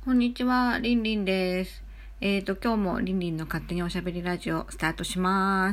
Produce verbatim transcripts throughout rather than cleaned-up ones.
こんにちは、りんりんです。えーと、今日もりんりんの勝手におしゃべりラジオスタートします。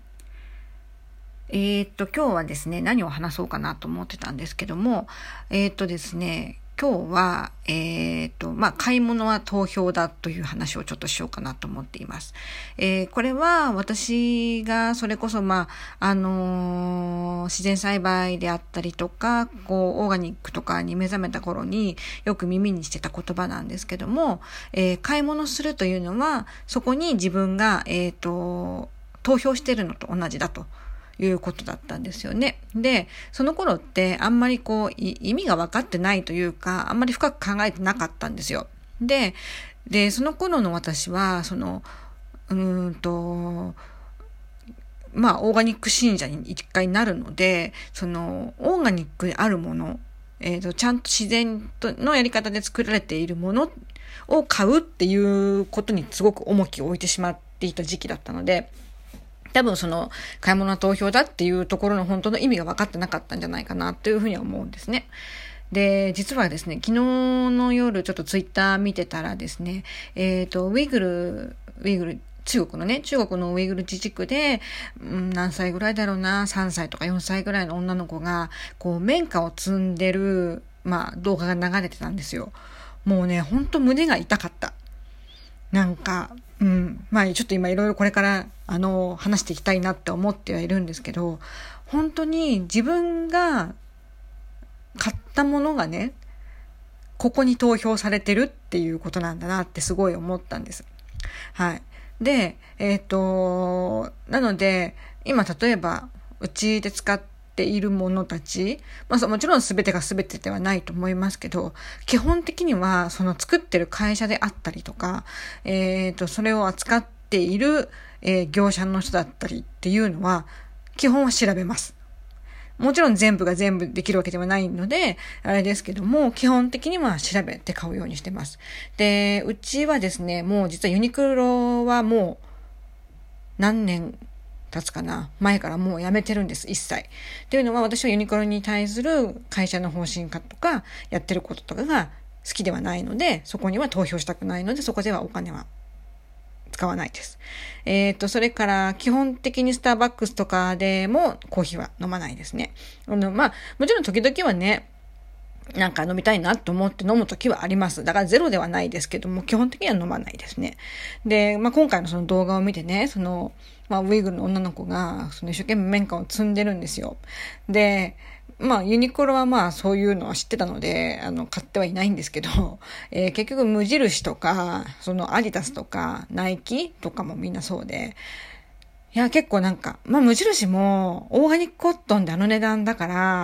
えーと、今日はですね、何を話そうかなと思ってたんですけども、えーとですね、今日は、えーと、まあ、買い物は投票だという話をちょっとしようかなと思っています。えー、これは私がそれこそ、まあ、あのー、自然栽培であったりとか、こう、オーガニックとかに目覚めた頃によく耳にしてた言葉なんですけども、えー、買い物するというのは、そこに自分が、えーと、投票してるのと同じだと。いうことだったんですよね。で、その頃ってあんまりこう意味が分かってないというか、あんまり深く考えてなかったんですよ。で、で、その頃の私は、その、うーんと、まあ、オーガニック信者に一回なるので、その、オーガニックであるもの、えっと、ちゃんと自然のやり方で作られているものを買うっていうことにすごく重きを置いてしまっていた時期だったので、多分その買い物は投票だっていうところの本当の意味が分かってなかったんじゃないかなというふうには思うんですね。で、実はですね、昨日の夜ちょっとツイッター見てたらですね、えっと、ウイグル、ウイグル、中国のね、中国のウイグル自治区で、うん、何歳ぐらいだろうな、さんさいとかよんさいぐらいの女の子が、こう、綿花を積んでる、まあ、動画が流れてたんですよ。もうね、ほんと胸が痛かった。なんか、うん、まあちょっと今いろいろこれからあの話していきたいなって思ってはいるんですけど、本当に自分が買ったものがね、ここに投票されてるっていうことなんだなってすごい思ったんです。はい。で、えっと、なので、今例えばうちで使っているものたち、まあ、もちろん全てが全てではないと思いますけど、基本的にはその作ってる会社であったりとか、えっと、それを扱っている、えー、業者の人だったりっていうのは、基本は調べます。もちろん全部が全部できるわけではないので、あれですけども、基本的には調べて買うようにしてます。で、うちはですね、もう実はユニクロはもう何年経つかな、前からもうやめてるんです、一切。というのは、私はユニクロに対する会社の方針化とか、やってることとかが好きではないので、そこには投票したくないので、そこではお金は使わないです。えっと、それから基本的にスターバックスとかでもコーヒーは飲まないですね。あの、まあ、もちろん時々はね、なんか飲みたいなと思って飲むときはあります。だからゼロではないですけども、基本的には飲まないですね。で、まあ、今回のその動画を見てね、その、まあ、ウイグルの女の子が、その一生懸命綿花を積んでるんですよ。で、まあ、ユニクロはまあ、そういうのは知ってたので、あの、買ってはいないんですけど、えー、結局無印とか、そのアディダスとか、ナイキとかもみんなそうで、いや、結構なんか、まあ無印もオーガニックコットンであの値段だから、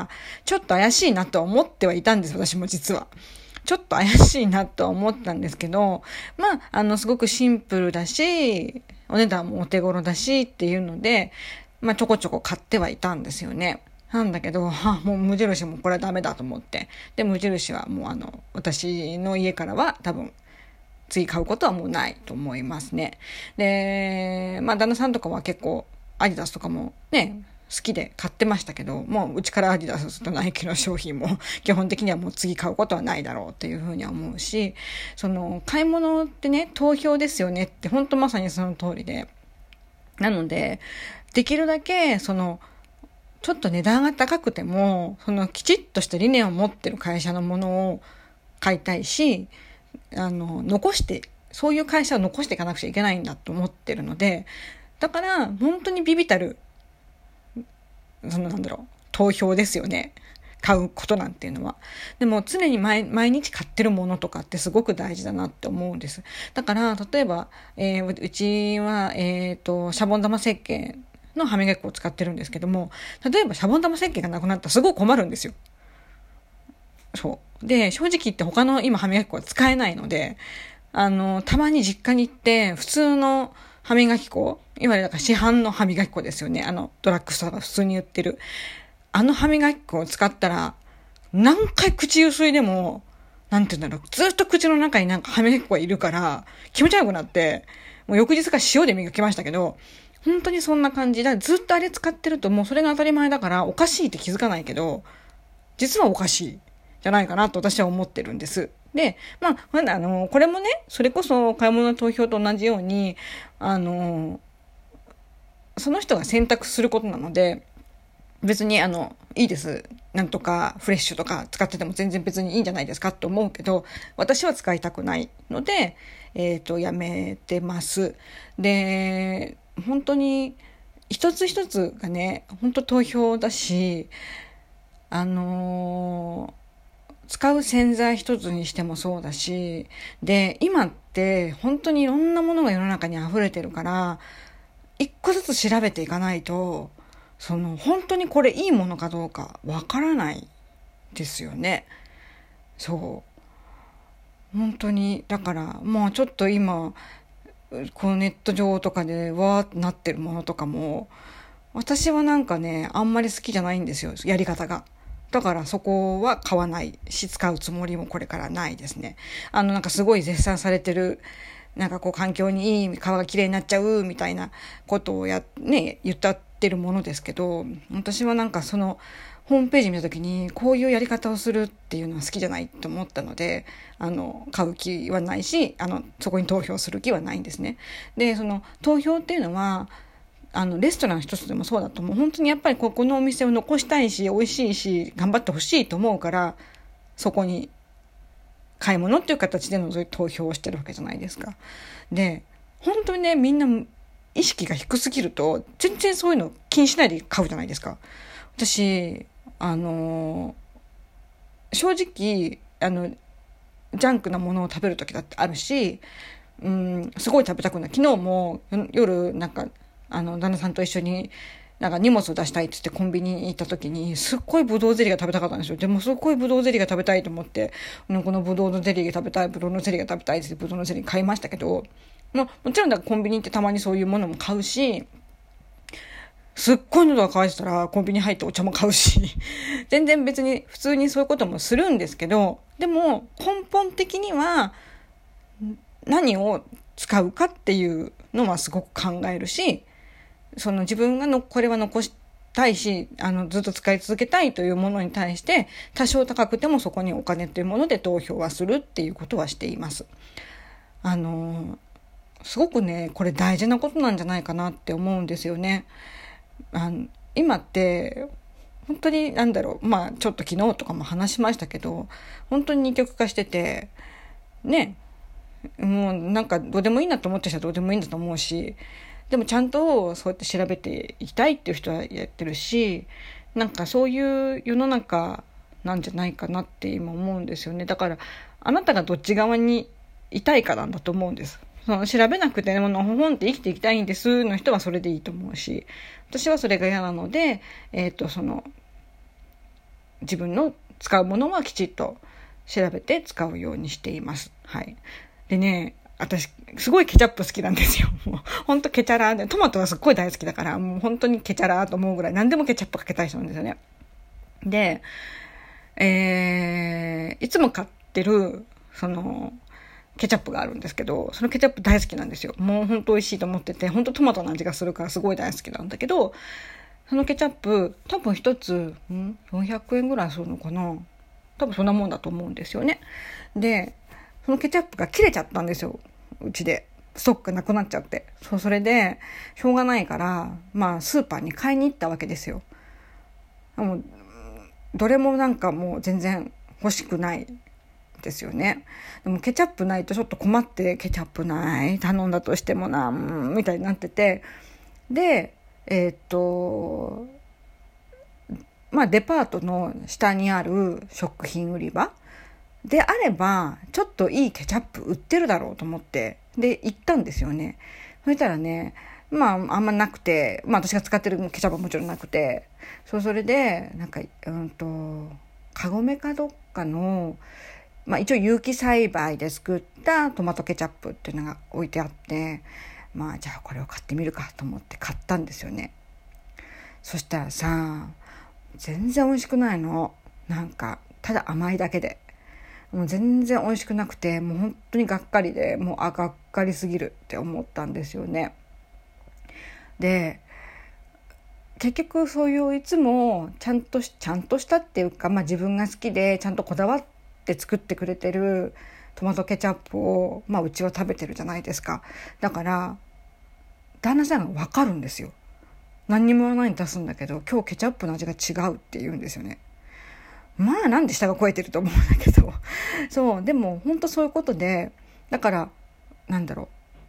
ちょっと怪しいなと思ってはいたんです、私も実は。ちょっと怪しいなと思ったんですけど、まあ、あの、すごくシンプルだし、お値段もお手頃だしっていうので、まあちょこちょこ買ってはいたんですよね。なんだけど、はあ、もう無印もこれはダメだと思って。で、無印はもうあの、私の家からは多分、次買うことはもうないと思いますね。で、まあ旦那さんとかは結構アディダスとかもね、好きで買ってましたけど、もううちからアディダスとナイキの商品も基本的にはもう次買うことはないだろうっていうふうには思うし、その買い物ってね、投票ですよねって本当まさにその通りで。なので、できるだけその、ちょっと値段が高くても、そのきちっとした理念を持ってる会社のものを買いたいし、あの、残して、そういう会社を残していかなくちゃいけないんだと思ってるので、だから、本当にビビたる、そのなんだろう、投票ですよね。買うことなんていうのは。でも常に毎、毎日買ってるものとかってすごく大事だなって思うんです。だから、例えば、えー、うちは、えっと、シャボン玉石鹸の歯磨き粉を使ってるんですけども、例えばシャボン玉石鹸がなくなったらすごい困るんですよ。そう。で、正直言って他の今歯磨き粉は使えないので、あの、たまに実家に行って、普通の歯磨き粉、いわゆるだから市販の歯磨き粉ですよね。あの、ドラッグストアが普通に売ってる。あの歯磨き粉を使ったら、何回口ゆすいでも、なんて言うんだろう、ずっと口の中になんか歯磨き粉がいるから、気持ち悪くなって、もう翌日から塩で磨きましたけど、本当にそんな感じだ。ずっとあれ使ってるともうそれが当たり前だから、おかしいって気づかないけど、実はおかしい。 じゃないかなと私は思ってるんです。で、まあ、まだあの、これもね、それこそ買い物の投票と同じように、あの、その人が選択することなので、別にあの、いいです。なんとかフレッシュとか使ってても全然別にいいんじゃないですかと思うけど、私は使いたくないので、えっと、やめてます。で、本当に一つ一つがね、本当投票だし、あのー使う洗剤一つにしてもそうだし、で、今って本当にいろんなものが世の中に溢れてるから、一個ずつ調べていかないと、その本当にこれいいものかどうかわからないですよね。そう。本当に、だからもうちょっと今、このネット上とかでわーってなってるものとかも、私はなんかね、あんまり好きじゃないんですよ、やり方が。だからそこは買わないし、使うつもりもこれからないですね。あのなんかすごい絶賛されてる、なんかこう環境にいい、皮がきれいになっちゃうみたいなことをやね言ったってるものですけど、私はなんかそのホームページ見た時にこういうやり方をするっていうのは好きじゃないと思ったので、あの買う気はないし、あのそこに投票する気はないんですね。で、その投票っていうのはあのレストラン一つでもそうだと思う。本当にやっぱりここのお店を残したいし、美味しいし、頑張ってほしいと思うから、そこに買い物っていう形でのそういう投票をしてるわけじゃないですか。で、本当にね、みんな意識が低すぎると全然そういうの気にしないで買うじゃないですか。私あの正直あのジャンクなものを食べる時だってあるし、うん、すごい食べたくない。昨日も夜なんかあの旦那さんと一緒になんか荷物を出したいって言ってコンビニに行った時にすっごいブドウゼリーが食べたかったんですよ。でもすっごいブドウゼリーが食べたいと思って、このブドウのゼリーが食べたい、ブドウのゼリーが食べたいって言ってブドウのゼリー買いましたけど、ももちろんだからコンビニってたまにそういうものも買うし、すっごい喉が渇いてたらコンビニ入ってお茶も買うし、全然別に普通にそういうこともするんですけど、でも根本的には何を使うかっていうのはすごく考えるし、その自分がのこれは残したいし、あのずっと使い続けたいというものに対して多少高くてもそこにお金というもので投票はするっていうことはしています。あのすごくね、これ大事なことなんじゃないかなって思うんですよね。あの今って本当になんだろう、まあちょっと昨日とかも話しましたけど、本当に二極化しててね、もうなんかどうでもいいなと思ってる人はどうでもいいんだと思うし、でもちゃんとそうやって調べていきたいっていう人はやってるし、なんかそういう世の中なんじゃないかなって今思うんですよね。だからあなたがどっち側にいたいかなんだと思うんです。その調べなくてものほほんって生きていきたいんですの人はそれでいいと思うし、私はそれが嫌なので、えっとその自分の使うものはきちっと調べて使うようにしています。はい。でね、私すごいケチャップ好きなんですよ。もう本当ケチャラーで、トマトはすっごい大好きだから、もう本当にケチャラーと思うぐらい何でもケチャップかけたい人なんですよね。で、えー、いつも買ってるそのケチャップがあるんですけど、そのケチャップ大好きなんですよ。もう本当美味しいと思ってて、本当トマトの味がするからすごい大好きなんだけど、そのケチャップ多分一つんよんひゃくえんぐらいするのかな。多分そんなもんだと思うんですよね。で、そのケチャップが切れちゃったんですよ、うちで。ストックがなくなっちゃって。そう、それで、しょうがないから、まあ、スーパーに買いに行ったわけですよ。もう、どれもなんかもう全然欲しくないですよね。でもケチャップないとちょっと困って、ケチャップない頼んだとしてもな、みたいになってて。で、えー、っと、まあ、デパートの下にある食品売り場であればちょっといいケチャップ売ってるだろうと思ってで行ったんですよね。そしたらね、まああんまなくて、まあ私が使ってるケチャップはもちろんなくて、そうそれでなんかうんとカゴメかどっかの、まあ一応有機栽培で作ったトマトケチャップっていうのが置いてあって、まあじゃあこれを買ってみるかと思って買ったんですよね。そしたらさ、全然美味しくないの。なんかただ甘いだけで。もう全然美味しくなくて、もう本当にがっかりで、もうあがっかりすぎるって思ったんですよね。で、 結局そういういつもちゃんとしちゃんとしたっていうか、まあ、自分が好きでちゃんとこだわって作ってくれてるトマトケチャップを、まあ、うちは食べてるじゃないですか。だから旦那さんが分かるんですよ。何にも言わないに出すんだけど、今日ケチャップの味が違うって言うんですよね。まあなんで舌が肥えてると思うんだけどそうでも本当そういうことで、だからなんだろ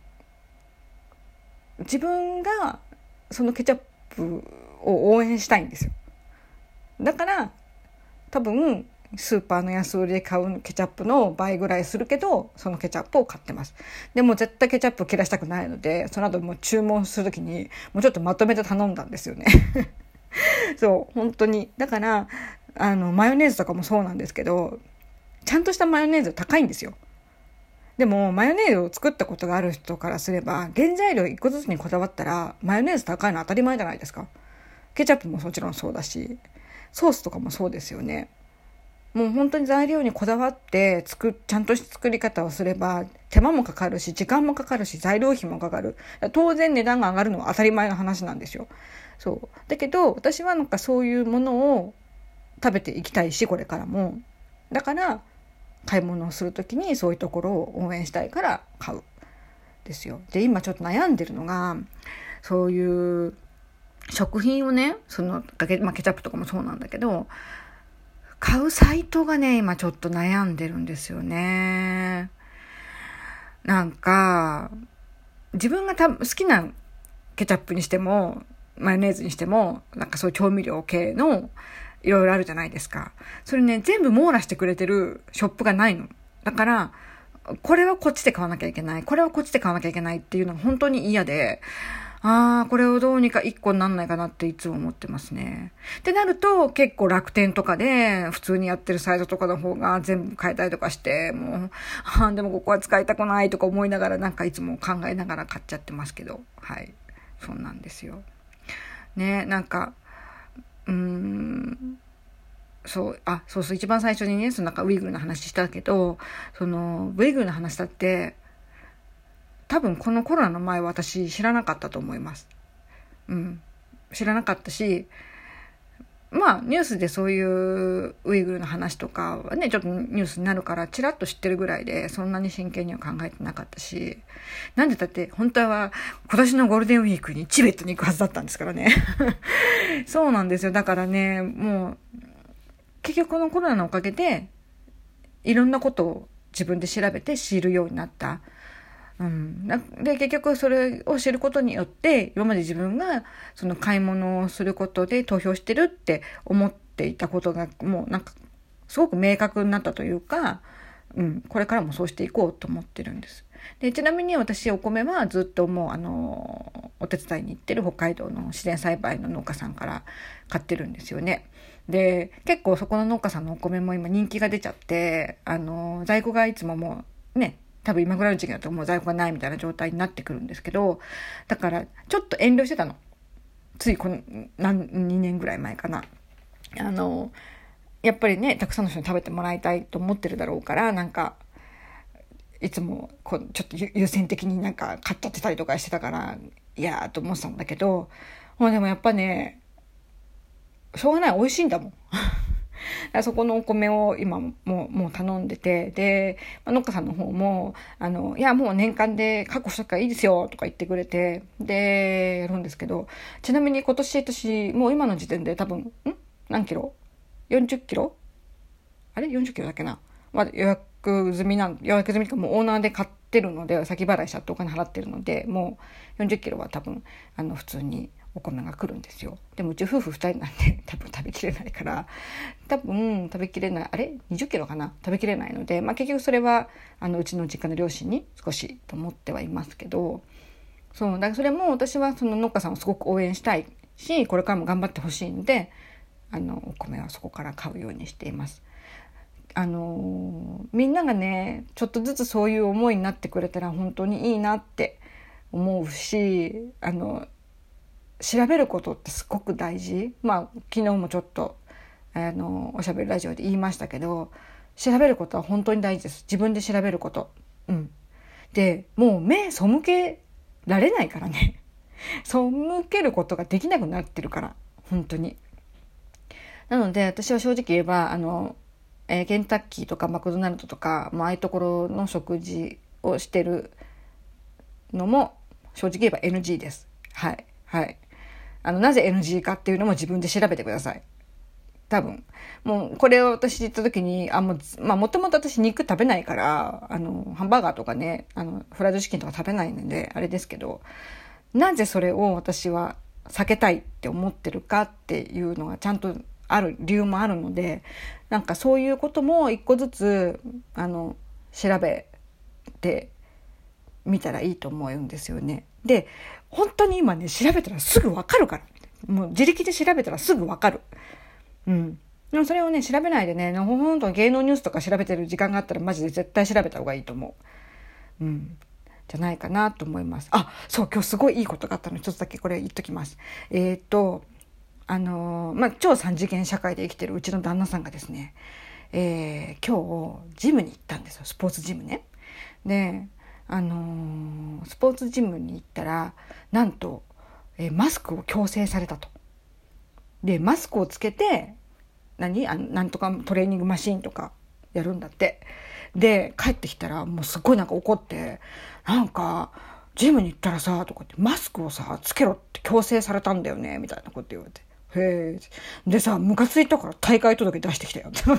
う、自分がそのケチャップを応援したいんですよ。だから多分スーパーの安売りで買うケチャップの倍ぐらいするけど、そのケチャップを買ってます。でも絶対ケチャップ切らしたくないので、その後もう注文するときにもうちょっとまとめて頼んだんですよねそう本当に。だからあのマヨネーズとかもそうなんですけど、ちゃんとしたマヨネーズ高いんですよ。でもマヨネーズを作ったことがある人からすれば、原材料いっこずつにこだわったらマヨネーズ高いの当たり前じゃないですか。ケチャップももちろんそうだし、ソースとかもそうですよね。もう本当に材料にこだわって作ちゃんとした作り方をすれば、手間もかかるし時間もかかるし材料費もかかる。当然値段が上がるのは当たり前の話なんですよ。そうだけど私はなんかそういうものを食べていきたいし、これからも。だから買い物をするときにそういうところを応援したいから買うですよ。で今ちょっと悩んでるのが、そういう食品をね、その、まあ、ケチャップとかもそうなんだけど、買うサイトがね今ちょっと悩んでるんですよね。なんか自分がた好きなケチャップにしてもマヨネーズにしても、なんかそういう調味料系のいろいろあるじゃないですか。それね全部網羅してくれてるショップがないの。だからこれはこっちで買わなきゃいけない、これはこっちで買わなきゃいけないっていうのが本当に嫌で、ああこれをどうにか一個になんないかなっていつも思ってますね。ってなると結構楽天とかで普通にやってるサイトとかの方が全部変えたりとかして、もうあでもここは使いたくないとか思いながら、なんかいつも考えながら買っちゃってますけど、はいそうなんですよね。なんかうーんそうあそうそう一番最初にね、そのなんかウイグルの話したけど、そのウイグルの話だって多分このコロナの前は私知らなかったと思います。うん。知らなかったし、まあニュースでそういうウイグルの話とかはね、ちょっとニュースになるからチラッと知ってるぐらいで、そんなに真剣には考えてなかったし、なんでだって本当は今年のゴールデンウィークにチベットに行くはずだったんですからね。そうなんですよ。だからね、もう結局このコロナのおかげでいろんなことを自分で調べて知るようになった。うん、で結局それを知ることによって今まで自分がその買い物をすることで投票してるって思っていたことがもうなんかすごく明確になったというか、うん、これからもそうしていこうと思ってるんです。でちなみに私お米はずっともうあのお手伝いに行ってる北海道の自然栽培の農家さんから買ってるんですよね。で結構そこの農家さんのお米も今人気が出ちゃって、あの在庫がいつももうね多分今ぐらいの時期だともう在庫がないみたいな状態になってくるんですけど、だからちょっと遠慮してたの。ついこの何にねんぐらい前かな。あのやっぱりねたくさんの人に食べてもらいたいと思ってるだろうから、なんかいつもこうちょっと優先的になんか買っちゃってたりとかしてたから、いやーと思ってたんだけど、もうでもやっぱねしょうがない、美味しいんだもん。そこのお米を今ももう頼んでて、で、まあ、農家さんの方もあのいやもう年間で確保したからいいですよとか言ってくれて、でやるんですけど、ちなみに今年私もう今の時点で多分ん何キロよんじゅっキロあれよんじゅっキロだっけな、まあ、予約済みなん予約済みかもうオーナーで買ってるので先払いしちゃってお金払ってるので、もうよんじゅっキロは多分あの普通にお米が来るんですよ。でもうち夫婦ふたりなんで多分食べきれないから、多分食べきれない、あれにじゅっキロかな、食べきれないので、まあ結局それはあのうちの実家の両親に少しと思ってはいますけど、そうだからそれも私はその農家さんをすごく応援したいし、これからも頑張ってほしいんで、あのお米はそこから買うようにしています。あのみんながねちょっとずつそういう思いになってくれたら本当にいいなって思うし、あの調べることってすごく大事。まあ昨日もちょっとあのおしゃべりラジオで言いましたけど、調べることは本当に大事です。自分で調べること。うん。でもう目背けられないからね。 背けることができなくなってるから、本当に。なので私は正直言えば、あの、えー、ケンタッキーとかマクドナルドとか、まあああいうところの食事をしてるのも正直言えば エヌジー です。はい。はい。あの、なぜ エヌジー かっていうのも自分で調べてください。多分。もう、これを私言った時に、あ、もう、まあ、もともと私肉食べないから、あの、ハンバーガーとかね、あの、フライドチキンとか食べないので、あれですけど、なぜそれを私は避けたいって思ってるかっていうのがちゃんとある、理由もあるので、なんかそういうことも一個ずつ、あの、調べてみたらいいと思うんですよね。で、本当に今ね、調べたらすぐわかるから。もう自力で調べたらすぐわかる。うん。でもそれをね、調べないでね、ほんと芸能ニュースとか調べてる時間があったらマジで絶対調べた方がいいと思う。うん。じゃないかなと思います。あ、そう、今日すごいいいことがあったの。一つだけこれ言っときます。えー、っと、あのー、まあ、超三次元社会で生きてるうちの旦那さんがですね、えー、今日、ジムに行ったんですよ。スポーツジムね。で、あのー、スポーツジムに行ったら、なんと、えー、マスクを強制されたと。で、マスクをつけて、何あなんとかトレーニングマシーンとかやるんだって。で、帰ってきたら、もうすごいなんか怒って、なんか、ジムに行ったらさ、とかって、マスクをさ、つけろって強制されたんだよね、みたいなこと言われて。へえ。でさ、ムカついたから大会届出してきたよ、って言って。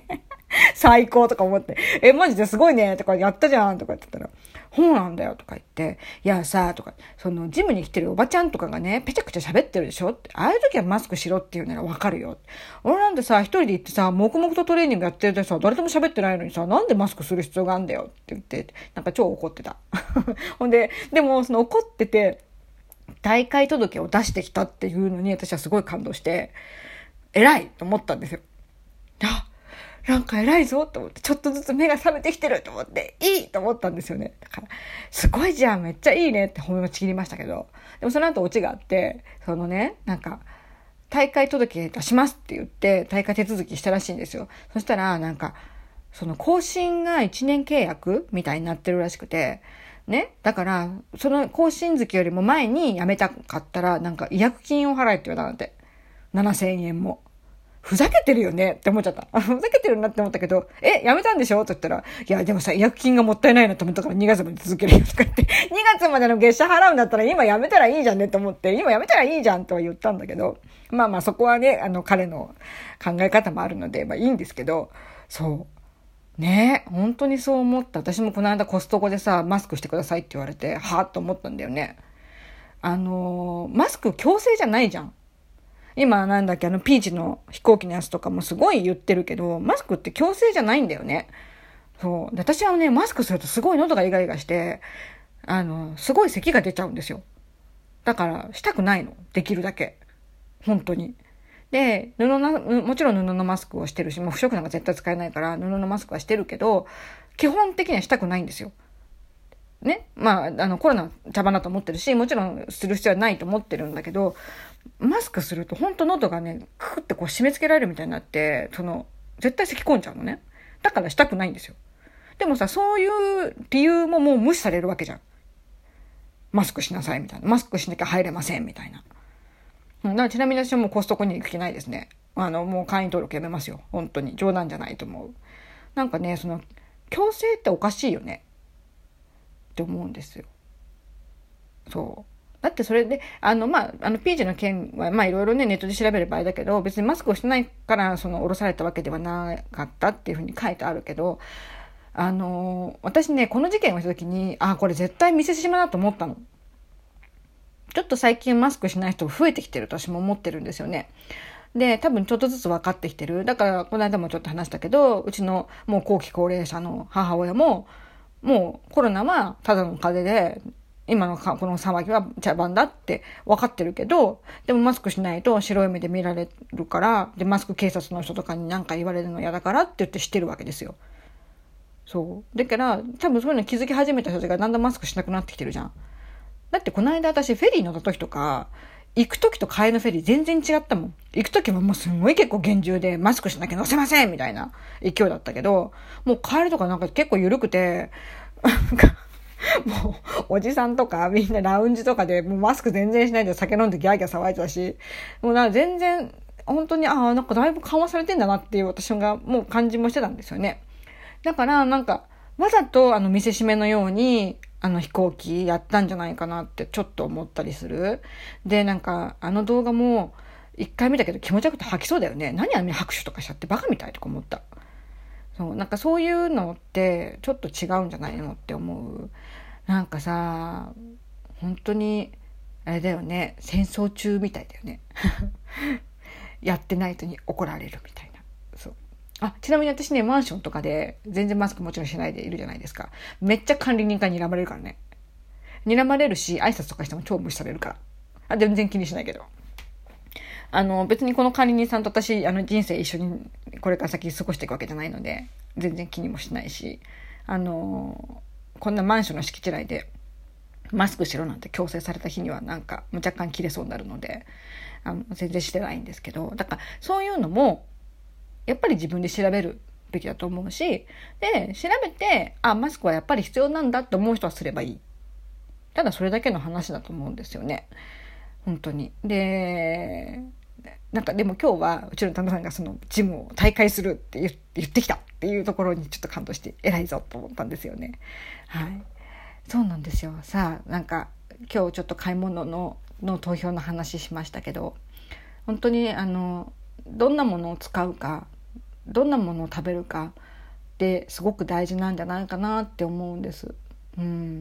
最高とか思って、え、マジですごいね、とかやったじゃん、とか言ってたら、そうなんだよ、とか言って、いやさ、とか、その、ジムに来てるおばちゃんとかがね、ぺちゃくちゃ喋ってるでしょって、ああいう時はマスクしろって言うならわかるよ。俺なんてさ、一人で行ってさ、黙々とトレーニングやってるでさ、誰とも喋ってないのにさ、なんでマスクする必要があるんだよって言って、なんか超怒ってた。ほんで、でも、その怒ってて、大会届を出してきたっていうのに、私はすごい感動して、偉いと思ったんですよ。あ、なんか偉いぞと思って、ちょっとずつ目が覚めてきてると思って、いいと思ったんですよね。だから、すごいじゃん、めっちゃいいねって褒めちぎりましたけど、でもその後オチがあって、そのね、なんか、大会届出しますって言って、大会手続きしたらしいんですよ。そしたら、なんか、その更新がいちねん契約みたいになってるらしくて、ね。だから、その更新月よりも前に辞めたかったら、なんか違約金を払えって言われたなんて。ななせんえんも。ふざけてるよねって思っちゃった。ふざけてるなって思ったけど、え、辞めたんでしょって言ったら、いや、でもさ、違約金がもったいないなと思ったからにがつまで続けるよとか言って、にがつまでの月謝払うんだったら今辞めたらいいじゃんねと思って、今辞めたらいいじゃんとは言ったんだけど、まあまあそこはね、あの彼の考え方もあるので、まあいいんですけど、そう。ねえ、本当にそう思った。私もこの間コストコでさ、マスクしてくださいって言われて、はぁと思ったんだよね。あのー、マスク強制じゃないじゃん。今なんだっけ、あのピーチの飛行機のやつとかもすごい言ってるけど、マスクって強制じゃないんだよね。そう。で私はね、マスクするとすごい喉がイガイガして、あの、すごい咳が出ちゃうんですよ。だから、したくないの。できるだけ。本当に。で、布の、もちろん布のマスクをしてるし、もう不織布なんか絶対使えないから、布のマスクはしてるけど、基本的にはしたくないんですよ。ね。まあ、あの、コロナ茶番だと思ってるし、もちろんする必要はないと思ってるんだけど、マスクすると本当喉がね、ククってこう締め付けられるみたいになって、その、絶対咳込んじゃうのね。だからしたくないんですよ。でもさ、そういう理由ももう無視されるわけじゃん。マスクしなさいみたいな。マスクしなきゃ入れませんみたいな。だからちなみに私はもうコストコに行く気ないですね。あの、もう会員登録やめますよ。本当に。冗談じゃないと思う。なんかね、その、強制っておかしいよね。って思うんですよ。そう。だってそれで、あの、まあ、あの、ピーチの件は、まあ、いろいろね、ネットで調べる場合だけど、別にマスクをしてないから、その、降ろされたわけではなかったっていうふうに書いてあるけど、あの、私ね、この事件をした時に、あ、これ絶対見せしまだと思ったの。ちょっと最近マスクしない人増えてきてると私も思ってるんですよね。で、多分ちょっとずつ分かってきてる。だから、この間もちょっと話したけど、うちのもう後期高齢者の母親も、もうコロナはただの風邪で、今のこの騒ぎは茶番だって分かってるけど、でもマスクしないと白い目で見られるから、で、マスク警察の人とかに何か言われるの嫌だからって言ってしてるわけですよ。そう。だから、多分そういうの気づき始めた人たちがだんだんマスクしなくなってきてるじゃん。だってこの間私フェリー乗った時とか、行く時と帰りのフェリー全然違ったもん。行く時はもうすごい結構厳重で、マスクしなきゃ乗せませんみたいな勢いだったけど、もう帰りとかなんか結構緩くて、なんか、 もう、おじさんとかみんなラウンジとかでもうマスク全然しないで酒飲んでギャーギャー騒いでたし、もうなんか全然、本当に、ああ、なんかだいぶ緩和されてんだなっていう私がもう感じもしてたんですよね。だから、なんか、わざとあの見せしめのように、あの飛行機やったんじゃないかなってちょっと思ったりする。で、なんか、あの動画も、一回見たけど気持ち悪くて吐きそうだよね。何あんなに拍手とかしちゃってバカみたいとか思った。そう、なんかそういうのってちょっと違うんじゃないのって思う。なんかさ、本当に、あれだよね。戦争中みたいだよね。やってない人に怒られるみたいな。そう。あ、ちなみに私ね、マンションとかで全然マスクもちろんしないでいるじゃないですか。めっちゃ管理人から睨まれるからね。睨まれるし、挨拶とかしても超無視されるから。あ、全然気にしないけど。あの、別にこの管理人さんと私、あの、人生一緒にこれから先過ごしていくわけじゃないので、全然気にもしないし、あの、こんなマンションの敷地内で、マスクしろなんて強制された日にはなんか、若干切れそうになるので、あの、全然してないんですけど、だから、そういうのも、やっぱり自分で調べるべきだと思うし、で、調べて、あ、マスクはやっぱり必要なんだって思う人はすればいい。ただそれだけの話だと思うんですよね。本当に。で、なんかでも今日はうちの旦那さんがそのジムを大会するって言ってきたっていうところにちょっと感動して偉いぞと思ったんですよね。はい。そうなんですよ。さあ、なんか今日ちょっと買い物のの投票の話しましたけど、本当にあの、どんなものを使うか、どんなものを食べるかってすごく大事なんじゃないかなって思うんです。うん。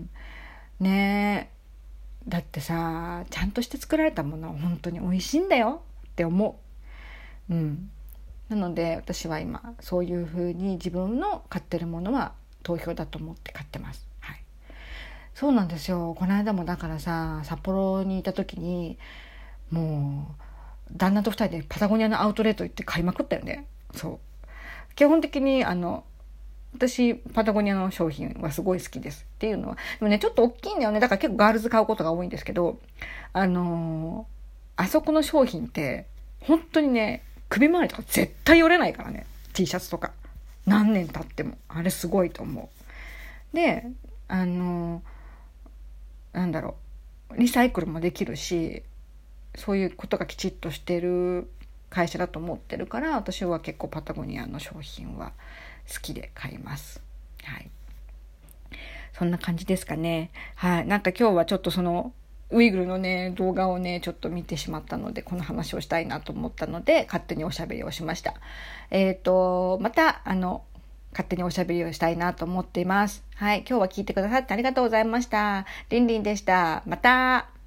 ねえ。だってさ、ちゃんとして作られたものは本当に美味しいんだよって思う。うん。なので私は今そういう風に自分の買ってるものは投票だと思って買ってます。はい。そうなんですよ。この間もだからさ、札幌にいた時にもう旦那と二人でパタゴニアのアウトレット行って買いまくったよね。そう。基本的にあの私パタゴニアの商品はすごい好きですっていうのは、でもねちょっと大きいんだよね。だから結構ガールズ買うことが多いんですけど、あのー、あそこの商品って本当にね、首周りとか絶対折れないからね。 T シャツとか何年経ってもあれすごいと思う。で、あのー、なんだろう、リサイクルもできるし、そういうことがきちっとしてる会社だと思ってるから、私は結構パタゴニアの商品は好きで買います。はい。そんな感じですかね。はい。なんか今日はちょっとそのウイグルのね、動画をね、ちょっと見てしまったので、この話をしたいなと思ったので、勝手におしゃべりをしました。えっと、また、あの、勝手におしゃべりをしたいなと思っています。はい。今日は聞いてくださってありがとうございました。りんりんでした。また。